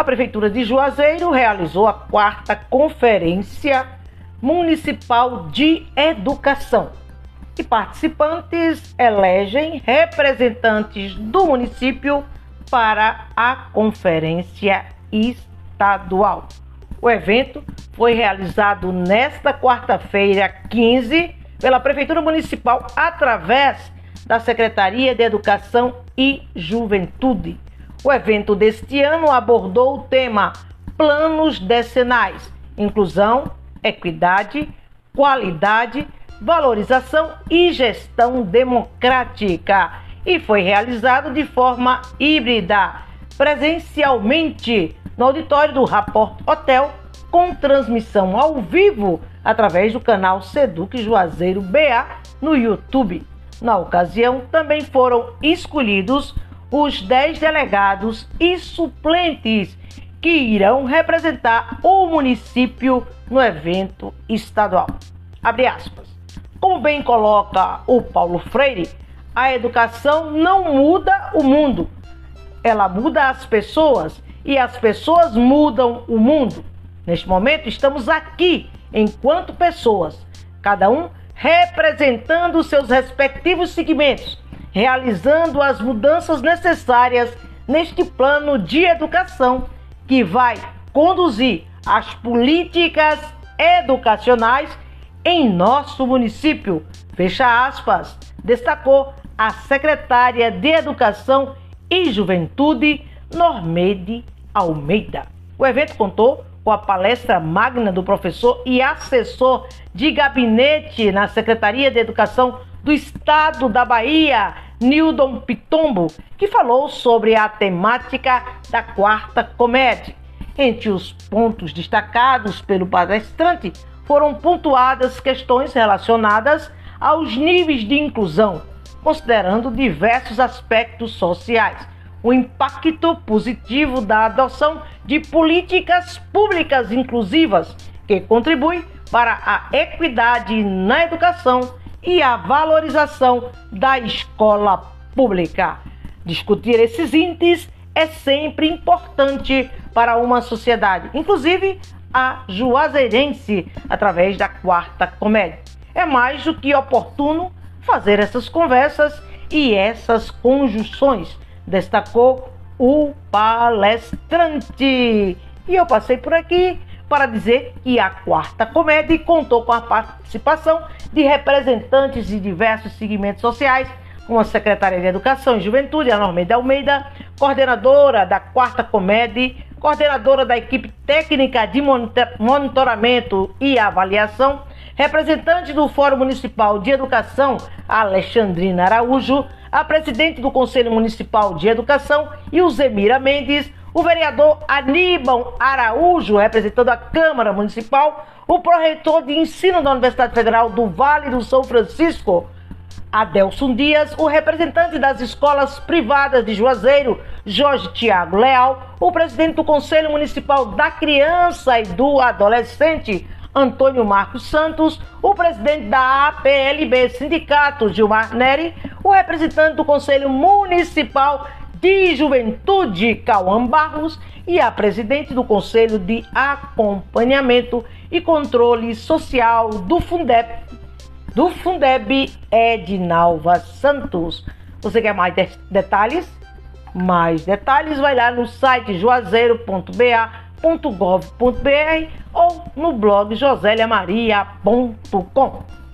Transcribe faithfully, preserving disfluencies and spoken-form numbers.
Prefeitura de Juazeiro realizou a quarta Conferência Municipal de Educação e participantes elegem representantes do município para a Conferência Estadual. O evento foi realizado nesta quarta-feira, quinze, pela Prefeitura Municipal através da Secretaria de Educação e Juventude. O evento deste ano abordou o tema Planos Decenais, Inclusão, Equidade, Qualidade, Valorização e Gestão Democrática e foi realizado de forma híbrida, presencialmente no auditório do Rapport Hotel, com transmissão ao vivo através do canal Seduc Juazeiro B A no YouTube. Na ocasião, também foram escolhidos os dez delegados e suplentes que irão representar o município no evento estadual. Abre aspas. Como bem coloca o Paulo Freire, a educação não muda o mundo, ela muda as pessoas e as pessoas mudam o mundo. Neste momento, estamos aqui enquanto pessoas, cada um representando seus respectivos segmentos, realizando as mudanças necessárias neste plano de educação que vai conduzir as políticas educacionais em nosso município. Fecha aspas, destacou a secretária de Educação e Juventude, Normeide Almeida. O evento contou com a palestra magna do professor e assessor de gabinete na Secretaria de Educação do Estado da Bahia, Nildon Pitombo, que falou sobre a temática da quarta Comed. Entre os pontos destacados pelo palestrante foram pontuadas questões relacionadas aos níveis de inclusão, considerando diversos aspectos sociais, o impacto positivo da adoção de políticas públicas inclusivas que contribuem para a equidade na educação e a valorização da escola pública. Discutir esses índices é sempre importante para uma sociedade, inclusive a juazeirense, através da quarta Comed. É mais do que oportuno fazer essas conversas e essas conjunções, destacou o palestrante. E eu passei por aqui para dizer que a quarta Comed contou com a participação de representantes de diversos segmentos sociais, como a secretária de Educação e Juventude, a Normeide Almeida, coordenadora da quarta Comed, coordenadora da equipe técnica de monitoramento e avaliação, representante do Fórum Municipal de Educação, Alexandrina Araújo, a presidente do Conselho Municipal de Educação, Ilzemira Mendes, o vereador Aníbal Araújo, representando a Câmara Municipal, o pró-reitor de Ensino da Universidade Federal do Vale do São Francisco, Adelson Dias, o representante das escolas privadas de Juazeiro, Jorge Tiago Leal, o presidente do Conselho Municipal da Criança e do Adolescente, Antônio Marcos Santos, o presidente da A P L B Sindicato, Gilmar Neri, o representante do Conselho Municipal de Juventude, Cauã Barros, e a presidente do Conselho de Acompanhamento e Controle Social do Fundeb, do Fundeb, Edinalva Santos. Você quer mais de detalhes? Mais detalhes, vai lá no site juazeiro ponto b a ponto gov ponto b r ou no blog josélia maria ponto com.